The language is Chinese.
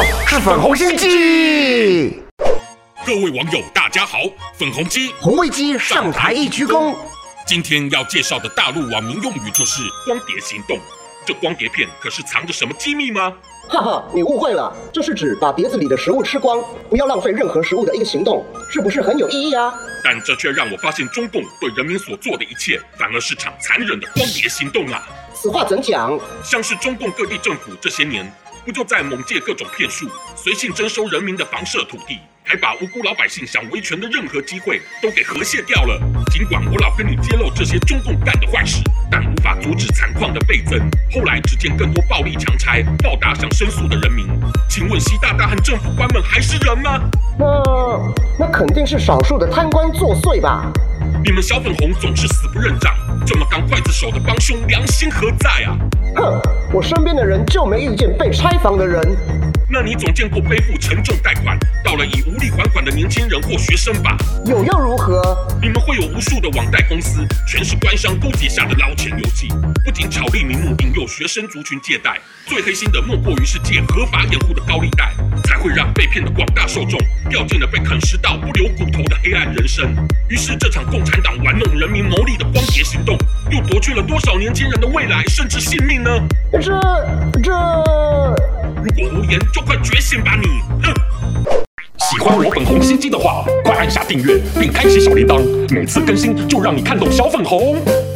是粉红心机。 各位网友，大家好，粉红鸡红卫鸡上台一鞠躬。 今天要介绍的大陆网民用语就是光碟行动。这光碟片可是藏着什么机密吗？ 哈哈，你误会了，这是指把碟子里的食物吃光，不要浪费任何食物的一个行动，是不是很有意义啊？ 但这却让我发现中共对人民所做的一切，反而是场残忍的光碟行动啊！ 此话怎讲？ 像是中共各地政府这些年，不就在猛借各种骗术，随性征收人民的房舍土地，还把无辜老百姓想维权的任何机会都给和谐掉了。尽管我老跟你揭露这些中共干的坏事，但无法阻止惨况的倍增。后来只见更多暴力强拆，报答想申诉的人民。请问习大大和政府官们还是人吗？ 那肯定是少数的贪官作祟吧？ 你们小粉红总是死不认账，这么当刽子手的帮凶，良心何在啊？ 哼，我身边的人就没遇见被拆房的人。 那你总见过背负沉重贷款，到了已无力还款的年轻人或学生吧？ 有又如何？ 你们会有无数的网贷公司，全是官商勾结下的捞钱游戏，不仅巧立名目引诱学生族群借贷，最黑心的莫过于是借合法掩护的高利贷，才会让被骗的广大受众掉进了被啃食到不留骨头的黑暗人生。于是这场共产党玩弄人民谋利的光碟行动，又夺去了多少年轻人的未来甚至性命呢？如果无言，就快觉醒吧你！哼！喜欢我粉红心机的话，快按下订阅并开启小铃铛，每次更新就让你看懂小粉红。